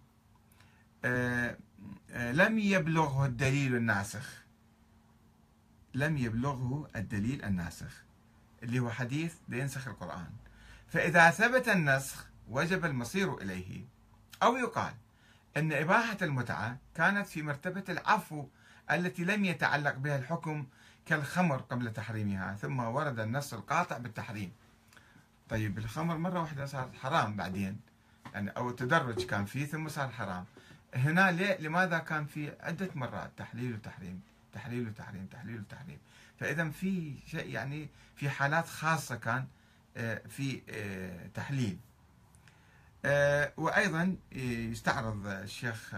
لم يبلغه الدليل الناسخ، لم يبلغه الدليل الناسخ اللي هو حديث لينسخ القرآن. فإذا ثبت النسخ وجب المصير إليه. أو يقال أن إباحة المتعة كانت في مرتبة العفو التي لم يتعلق بها الحكم كالخمر قبل تحريمها، ثم ورد النص القاطع بالتحريم. طيب الخمر مرة واحدة صارت حرام بعدين، يعني أو تدرج كان فيه ثم صار حرام. هنا ليه؟ لماذا كان في عدة مرات تحليل وتحريم، تحليل وتحريم، تحليل وتحريم؟ فإذا في شيء، يعني في حالات خاصة كان في تحليل. وأيضا يستعرض الشيخ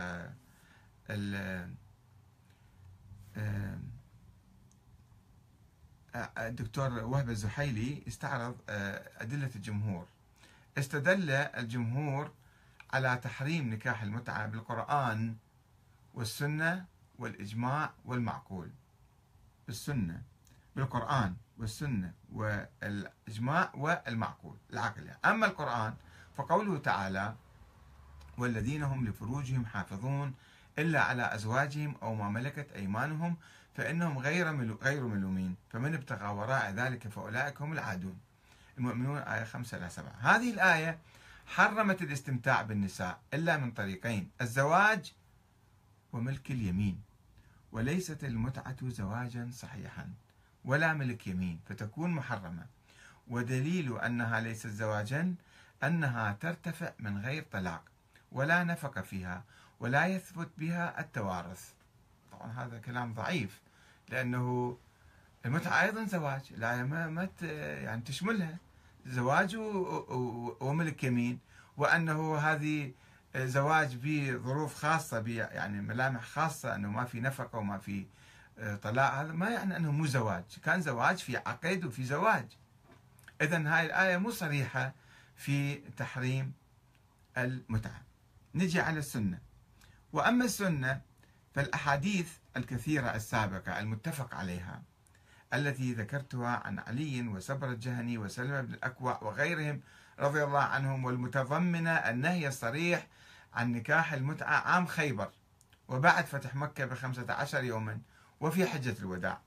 الدكتور وهب الزحيلي يستعرض أدلة الجمهور. استدل الجمهور على تحريم نكاح المتعة بالقرآن والسنة والإجماع والمعقول. بالسنة، بالقرآن والسنة والإجماع والمعقول العقل يعني. أما القرآن فقوله تعالى: والذين هم لفروجهم حافظون إلا على أزواجهم أو ما ملكت أيمانهم فإنهم غير ملو غير ملومين فمن ابتغى وراء ذلك فأولئك هم العادون. المؤمنون آية خمسة إلى سبعة. هذه الآية حرمت الاستمتاع بالنساء إلا من طريقين: الزواج وملك اليمين. وليست المتعة زواجا صحيحا ولا ملك يمين فتكون محرمة. ودليل أنها ليست زواجا أنها ترتفع من غير طلاق ولا نفقة فيها ولا يثبت بها التوارث. طبعا هذا كلام ضعيف، لأنه المتعة أيضا زواج، لا ما يعني تشملها زواج وملك يمين، وأنه هذه زواج بظروف خاصة، يعني ملامح خاصة، أنه ما في نفقة وما في طلاق، هذا ما يعني أنه مو زواج، كان زواج في عقد وفي زواج. إذن هاي الآية مو صريحة في تحريم المتعة. نجي على السنة. وأما السنة فالأحاديث الكثيرة السابقة المتفق عليها التي ذكرتها عن علي وسبر الجهني وسلمة بن الأكوع وغيرهم رضي الله عنهم، والمتضمنة النهي الصريح عن نكاح المتعة عام خيبر وبعد فتح مكة بخمسة عشر يوما وفي حجة الوداع.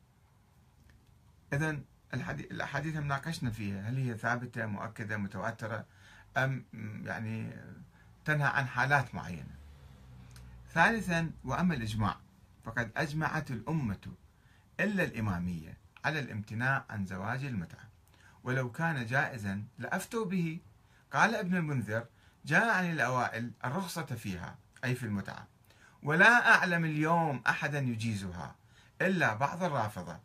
إذن الأحاديث ناقشنا فيها، هل هي ثابتة مؤكدة متواترة أم يعني تنهى عن حالات معينة. ثالثا، وأما الإجماع فقد أجمعت الأمة إلا الإمامية على الامتناع عن زواج المتعة، ولو كان جائزا لأفتوا به. قال ابن المنذر: جاء عن الأوائل الرخصة فيها، أي في المتعة، ولا أعلم اليوم أحدا يجيزها إلا بعض الرافضة.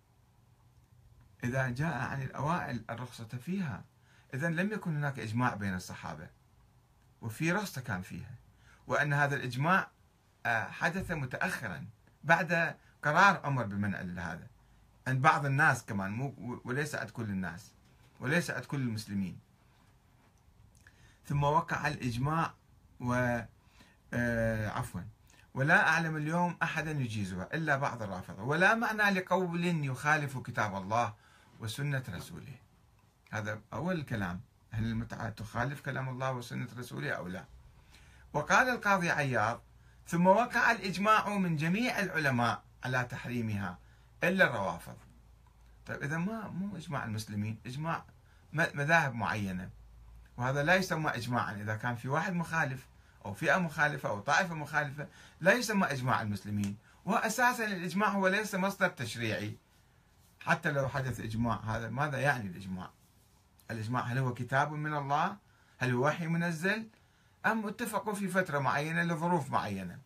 إذا جاء عن الأوائل الرخصة فيها، إذن لم يكن هناك إجماع بين الصحابة، وفي رخصة كان فيها، وأن هذا الإجماع حدث متأخرا بعد قرار عمر بمنع هذا عند بعض الناس كمان، مو وليس عند كل الناس وليس عند كل المسلمين. ثم وقع الإجماع و عفوا ولا أعلم اليوم أحدا يجيزها إلا بعض الرافضة، ولا معنى لقول يخالف كتاب الله وسنة رسوله. هذا أول الكلام، هل المتعة تخالف كلام الله وسنة رسوله أو لا؟ وقال القاضي عياض: ثم وقع الإجماع من جميع العلماء على تحريمها إلا الروافض. طيب إذا ما مو إجماع المسلمين، إجماع مذاهب معينة، وهذا لا يسمى إجماعا. إذا كان في واحد مخالف أو فئة مخالفة أو طائفة مخالفة لا يسمى إجماع المسلمين. وأساسا الإجماع هو ليس مصدر تشريعي، حتى لو حدث إجماع، هذا ماذا يعني الإجماع؟ الإجماع هل هو كتاب من الله؟ هل هو وحي منزل؟ أم اتفقوا في فترة معينة لظروف معينة؟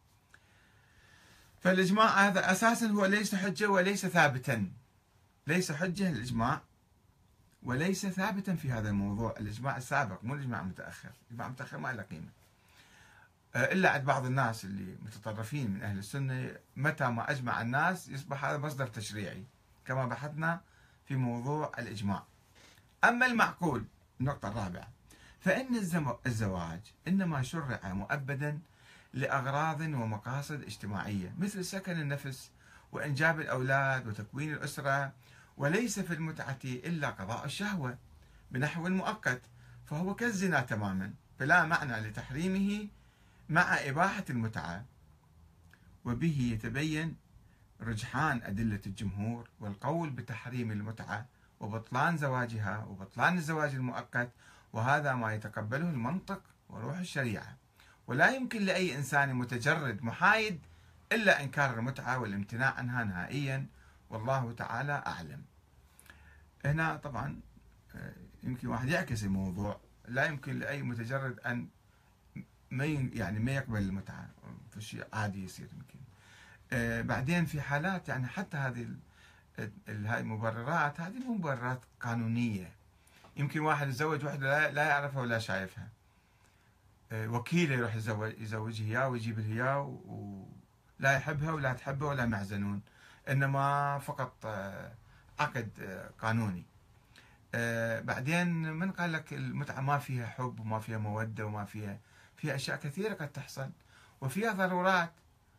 فالإجماع هذا أساسا هو ليس حجة وليس ثابتا، ليس حجة الإجماع وليس ثابتا في هذا الموضوع. الإجماع السابق مو الإجماع المتأخر، الإجماع المتأخر ما له قيمة إلا عند بعض الناس اللي متطرفين من أهل السنة، متى ما أجمع الناس يصبح هذا مصدر تشريعي كما بحثنا في موضوع الإجماع. أما المعقول، النقطة الرابعة، فإن الزواج إنما شرع مؤبدا لأغراض ومقاصد اجتماعية مثل سكن النفس وإنجاب الأولاد وتكوين الأسرة، وليس في المتعة إلا قضاء الشهوة بنحو مؤقت، فهو كالزنا تماما، فلا معنى لتحريمه مع إباحة المتعة. وبه يتبين رجحان أدلة الجمهور والقول بتحريم المتعة وبطلان زواجها وبطلان الزواج المؤقت، وهذا ما يتقبله المنطق وروح الشريعة، ولا يمكن لأي إنسان متجرد محايد إلا إنكار المتعة والامتناع عنها نهائيا، والله تعالى أعلم. هنا طبعا يمكن واحد يعكس الموضوع، لا يمكن لأي متجرد أن ما يعني ما يقبل المتعة، في شيء عادي يصير يمكن. آه بعدين في حالات يعني حتى هذه هاي المبررات هذه مو مبررات قانونية، يمكن واحد يتزوج وحده لا, لا يعرفها ولا شايفها، آه وكيله يروح يزوج يزوجها اياه ويجيب لها اياه ولا يحبها ولا تحبه ولا معزنون، انما فقط آه عقد آه قانوني. آه بعدين من قال لك المتعة ما فيها حب وما فيها مودة وما فيها فيها أشياء كثيرة قد تحصل وفيها ضرورات.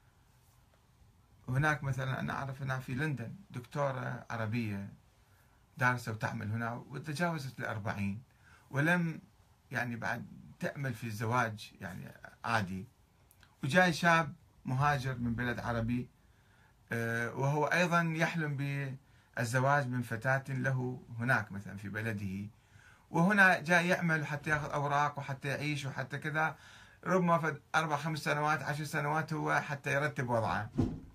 هناك مثلا أنا أعرف هنا في لندن دكتورة عربية دارسة وتعمل هنا وتجاوزت الأربعين ولم يعني بعد تأمل في الزواج يعني عادي، وجاي شاب مهاجر من بلد عربي وهو أيضا يحلم بالزواج من فتاة له هناك مثلا في بلده، وهنا جاي يعمل حتى ياخذ أوراق وحتى يعيش وحتى كذا، ربما في أربع خمس سنوات عشر سنوات هو حتى يرتب وضعه.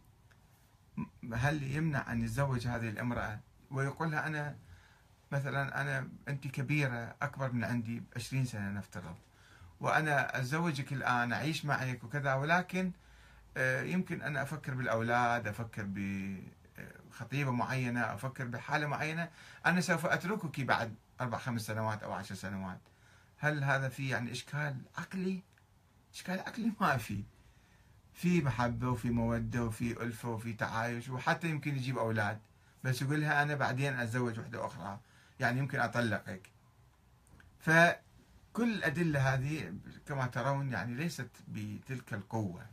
هل يمنع أن يتزوج هذه الامرأة ويقول لها أنا مثلا أنا أنت كبيرة أكبر من عندي بعشرين سنة نفترض، وأنا أتزوجك الآن أعيش معك وكذا، ولكن يمكن أنا أفكر بالأولاد، أفكر بخطيبة معينة، أفكر بحالة معينة، أنا سوف أتركك بعد أربع خمس سنوات أو عشر سنوات. هل هذا فيه يعني إشكال عقلي؟ إشكال عقلي ما في، في محبة وفي مودة وفي ألفة وفي تعايش، وحتى يمكن يجيب أولاد، بس يقول لها أنا بعدين أتزوج وحدة أخرى، يعني يمكن أطلقك. فكل الأدلة هذه كما ترون يعني ليست بتلك القوة.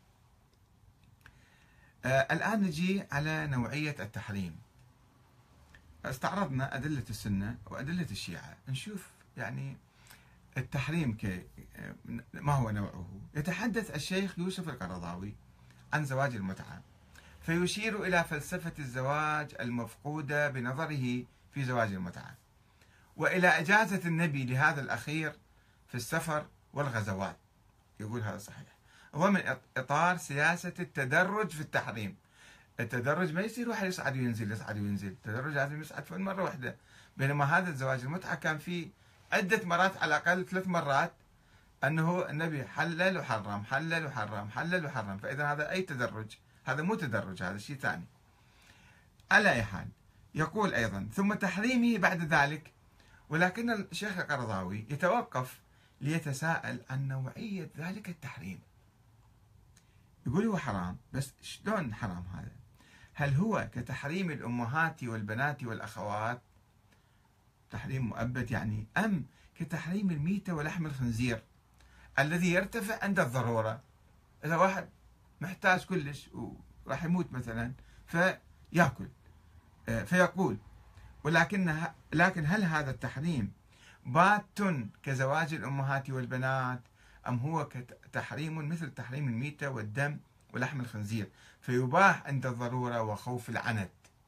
آه الآن نجي على نوعية التحريم. استعرضنا أدلة السنة وأدلة الشيعة، نشوف يعني التحريم ك ما هو نوعه. يتحدث الشيخ يوسف القرضاوي عن زواج المتعة، فيشير إلى فلسفة الزواج المفقودة بنظره في زواج المتعة، وإلى إجازة النبي لهذا الأخير في السفر والغزوات. يقول هذا صحيح، ضمن إطار سياسة التدرج في التحريم. التدرج ما يصير واحد يصعد وينزل يصعد وينزل، التدرج لازم يصعد في مرة واحدة، بينما هذا الزواج المتعة كان فيه عدة مرات، على الأقل ثلاث مرات أنه النبي حلل وحرم حلل وحرم حلل وحرم، فإذا هذا أي تدرج؟ هذا مو تدرج، هذا شيء ثاني. على أي حال، يقول أيضا ثم تحريمه بعد ذلك، ولكن الشيخ القرضاوي يتوقف ليتساءل عن نوعية ذلك التحريم. يقول هو حرام، بس شلون حرام هذا؟ هل هو كتحريم الأمهات والبنات والأخوات تحريم مؤبد يعني، أم كتحريم الميتة ولحم الخنزير الذي يرتفع عند الضرورة؟ إذا واحد محتاج كلش وراح يموت مثلا فيأكل، فيقول ولكن لكن هل هذا التحريم بات كزواج الأمهات والبنات، أم هو كتحريم مثل تحريم الميتة والدم ولحم الخنزير فيباح عند الضرورة وخوف العنت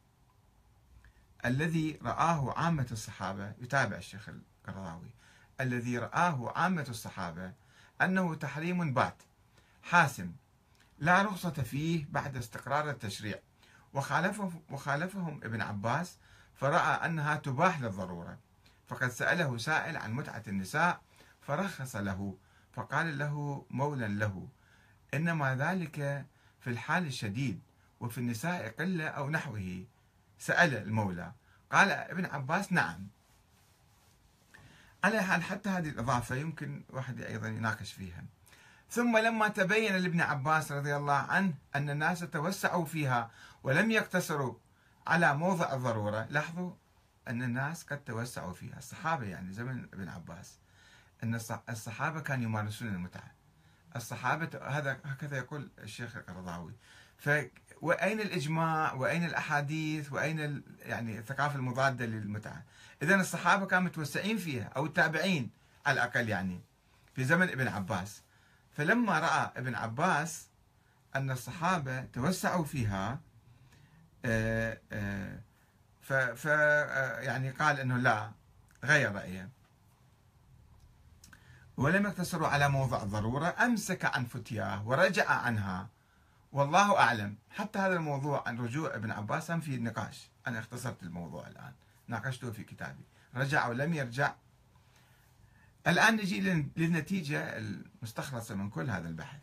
الذي رآه عامة الصحابة؟ يتابع الشيخ القرضاوي، الذي رآه عامة الصحابة أنه تحريم بات حاسم لا رخصة فيه بعد استقرار التشريع، وخالفهم, وخالفهم ابن عباس فرأى أنها تباح للضرورة، فقد سأله سائل عن متعة النساء فرخص له، فقال له مولى له: إنما ذلك في الحال الشديد، وفي النساء قلة أو نحوه. سأل المولى، قال ابن عباس: نعم. على حال حتى هذه الإضافة يمكن واحد أيضا يناقش فيها. ثم لما تبين لابن عباس رضي الله عنه أن الناس توسعوا فيها ولم يقتصروا على موضع الضرورة، لاحظوا أن الناس قد توسعوا فيها، الصحابة يعني زمن ابن عباس، أن الصحابة كانوا يمارسون المتعة، الصحابة، هذا هكذا يقول الشيخ القرضاوي. ف وأين الإجماع وأين الأحاديث وأين يعني الثقافة المضادة للمتعة؟ إذن الصحابة كانوا متوسعين فيها، أو التابعين على الأقل يعني في زمن ابن عباس. فلما رأى ابن عباس أن الصحابة توسعوا فيها ف, ف يعني قال أنه لا، غير رأيه ولم يقتصروا على موضع الضرورة، أمسك عن فتياه ورجع عنها، والله أعلم. حتى هذا الموضوع عن رجوع ابن عباس في نقاش، أنا اختصرت الموضوع الآن، ناقشته في كتابي، رجع ولم يرجع. الآن نجي للنتيجة المستخلصة من كل هذا البحث.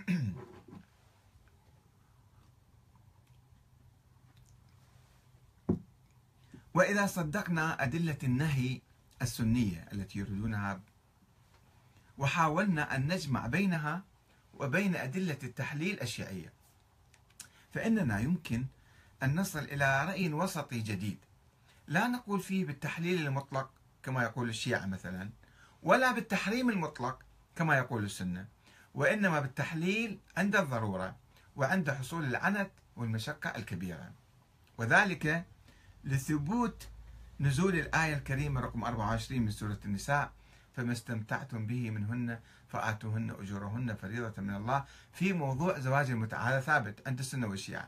وإذا صدقنا أدلة النهي السنية التي يريدونها، وحاولنا أن نجمع بينها وبين أدلة التحليل الشيعية، فإننا يمكن أن نصل إلى رأي وسطي جديد، لا نقول فيه بالتحليل المطلق كما يقول الشيعة مثلا، ولا بالتحريم المطلق كما يقول السنة، وإنما بالتحليل عند الضرورة وعند حصول العنت والمشقة الكبيرة، وذلك لثبوت نزول الآية الكريمة رقم أربعة وعشرين من سورة النساء: فما استمتعتم به منهن فآتوهن أجورهن فريضة من الله، في موضوع زواج المتعة. هذا ثابت عند السنة والشيعة،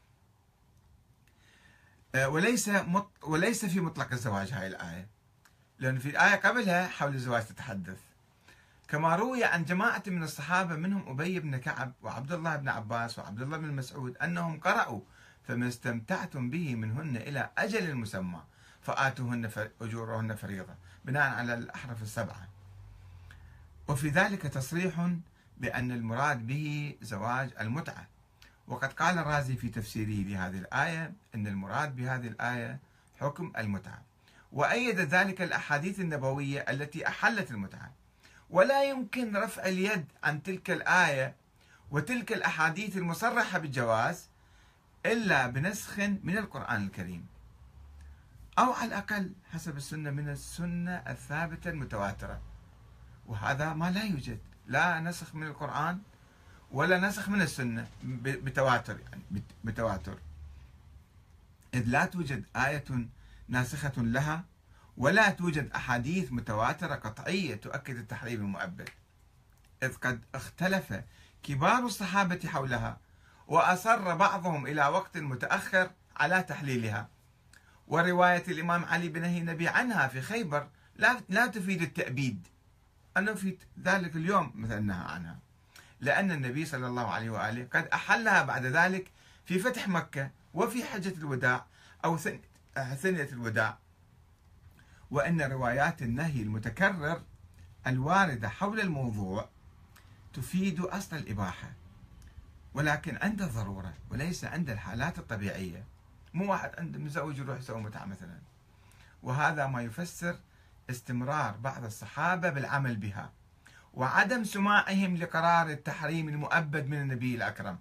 وليس مط... وليس في مطلق الزواج هاي الآية، لأن في الآية قبلها حول الزواج تتحدث، كما روي عن جماعة من الصحابة منهم أبي بن كعب وعبد الله بن عباس وعبد الله بن مسعود أنهم قرأوا: فما استمتعتم به منهن إلى أجل مسمى فآتوهن أجورهن فريضة، بناء على الأحرف السبعة. وفي ذلك تصريح بأن المراد به زواج المتعة، وقد قال الرازي في تفسيره لهذه الآية أن المراد بهذه الآية حكم المتعة، وأيد ذلك الأحاديث النبوية التي أحلت المتعة. ولا يمكن رفع اليد عن تلك الآية وتلك الأحاديث المصرحة بالجواز إلا بنسخ من القرآن الكريم، أو على الأقل حسب السنة من السنة الثابتة المتواترة، وهذا ما لا يوجد، لا نسخ من القرآن ولا نسخ من السنة بتواتر، يعني بتواتر، إذ لا توجد آية ناسخة لها، ولا توجد أحاديث متواترة قطعية تؤكد التحريم المؤبد، إذ قد اختلف كبار الصحابة حولها، وأصر بعضهم إلى وقت متأخر على تحليلها. ورواية الإمام علي بنهي النبي عنها في خيبر لا لا تفيد التأبيد، أنه في ذلك اليوم مثلا نهى عنها، لأن النبي صلى الله عليه وآله قد أحلها بعد ذلك في فتح مكة وفي حجة الوداع أو ثنية الوداع. وأن روايات النهي المتكرر الواردة حول الموضوع تفيد أصل الإباحة، ولكن عند الضرورة وليس عند الحالات الطبيعية. مو واحد عنده مزوج يروح يسوي متعة مثلا، وهذا ما يفسر استمرار بعض الصحابة بالعمل بها وعدم سماعهم لقرار التحريم المؤبد من النبي الأكرم.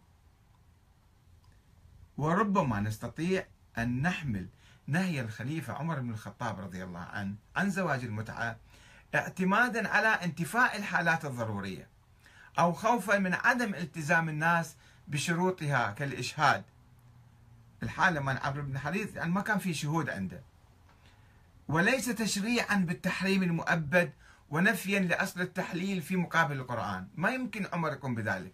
وربما نستطيع أن نحمل نهي الخليفة عمر بن الخطاب رضي الله عنه عن زواج المتعة اعتمادا على انتفاء الحالات الضرورية، أو خوفا من عدم التزام الناس بشروطها كالإشهاد. الحالة من عمرو بن حريث يعني ما كان في شهود عنده، وليس تشريعا بالتحريم المؤبد ونفيا لأصل التحليل في مقابل القرآن، ما يمكن عمر يقوم بذلك.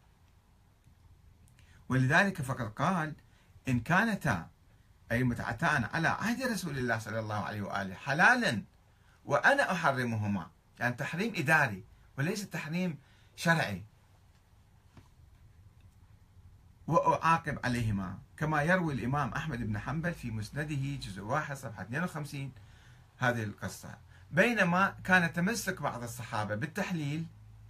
ولذلك فقد قال: إن كانتا أي المتعتان على عهد رسول الله صلى الله عليه وآله حلالا وأنا أحرمهما، يعني تحريم إداري وليس تحريم شرعي، وأعاقب عليهما كما يروي الإمام أحمد بن حنبل في مسنده جزء واحد صفحة اثنين وخمسين هذه القصة. بينما كان تمسك بعض الصحابة بالتحليل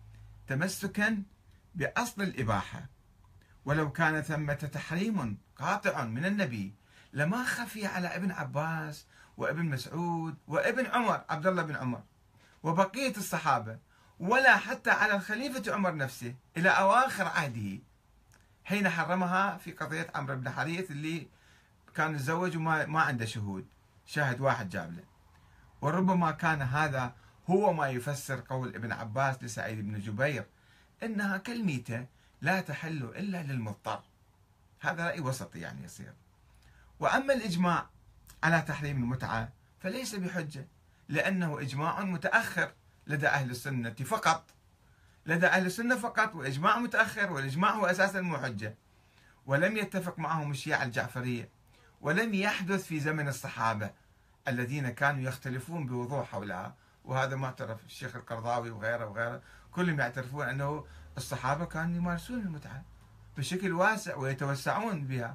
تمسكا بأصل الإباحة، ولو كان ثمة تحريم قاطع من النبي لما خفي على ابن عباس وابن مسعود وابن عمر عبد الله بن عمر وبقية الصحابة، ولا حتى على الخليفة عمر نفسه إلى أواخر عهده، حين حرمها في قضية عمرو بن حريث اللي كان يتزوج وما ما عنده شهود، شاهد واحد جاب له. وربما كان هذا هو ما يفسر قول ابن عباس لسعيد بن جبير إنها كالميتة لا تحل إلا للمضطر. هذا رأي وسطي يعني يصير. وأما الإجماع على تحريم المتعة فليس بحجة، لأنه إجماع متأخر لدى أهل السنة فقط، لدى أهل السنة فقط، وإجماع متأخر، والإجماع هو أساسا مو حجة. ولم يتفق معهم الشيعة الجعفرية، ولم يحدث في زمن الصحابة الذين كانوا يختلفون بوضوح حولها، وهذا معترف الشيخ القرضاوي وغيره وغيره كلهم يعترفون أنه الصحابة كانوا يمارسون المتعة بشكل واسع ويتوسعون بها.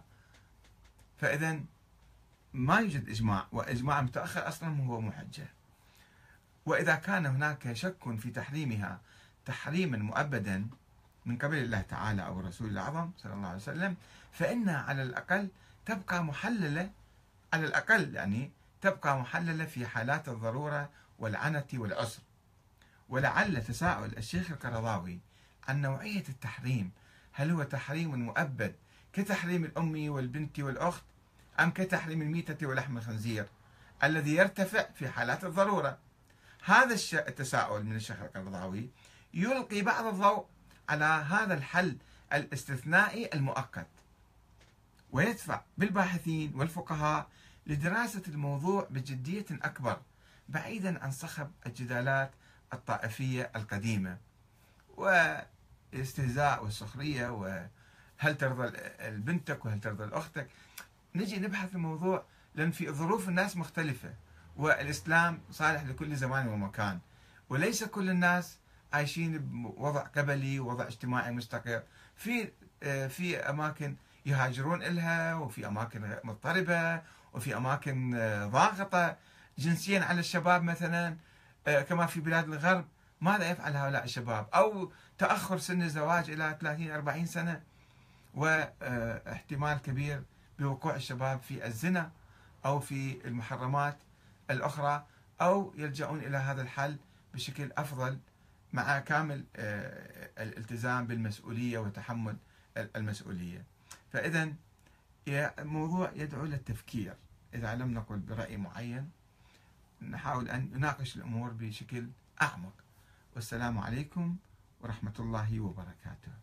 فإذا ما يوجد إجماع، وإجماع متأخر أصلا هو محجة. وإذا كان هناك شك في تحريمها تحريما مؤبدا من قبل الله تعالى أو الرسول الأعظم صلى الله عليه وسلم، فإنها على الأقل تبقى محللة، على الأقل يعني تبقى محللة في حالات الضرورة والعنة والعسر. ولعل تساؤل الشيخ القرضاوي عن نوعية التحريم، هل هو تحريم مؤبد كتحريم الأم والبنت والأخت، أم كتحريم الميتة ولحم الخنزير الذي يرتفع في حالات الضرورة؟ هذا التساؤل من الشيخ القرضاوي يلقي بعض الضوء على هذا الحل الاستثنائي المؤقت، ويدفع بالباحثين والفقهاء لدراسة الموضوع بجدية أكبر، بعيدا عن صخب الجدالات الطائفية القديمة والاستهزاء والسخرية، وهل ترضى بنتك وهل ترضى أختك. نجي نبحث الموضوع لأن في ظروف الناس مختلفة، والإسلام صالح لكل زمان ومكان، وليس كل الناس عايشين بوضع قبلي ووضع اجتماعي مستقر. في في أماكن يهاجرون إلها، وفي أماكن مضطربة، وفي أماكن ضاغطة جنسيا على الشباب مثلا، كما في بلاد الغرب. ماذا يفعل هؤلاء الشباب؟ أو تأخر سن الزواج إلى ثلاثين أربعين سنة، واحتمال كبير بوقوع الشباب في الزنا أو في المحرمات الأخرى، أو يلجؤون إلى هذا الحل بشكل أفضل مع كامل الالتزام بالمسؤولية وتحمل المسؤولية. فإذا الموضوع يدعو للتفكير. إذا لم نقل برأي معين نحاول أن نناقش الأمور بشكل أعمق. والسلام عليكم ورحمة الله وبركاته.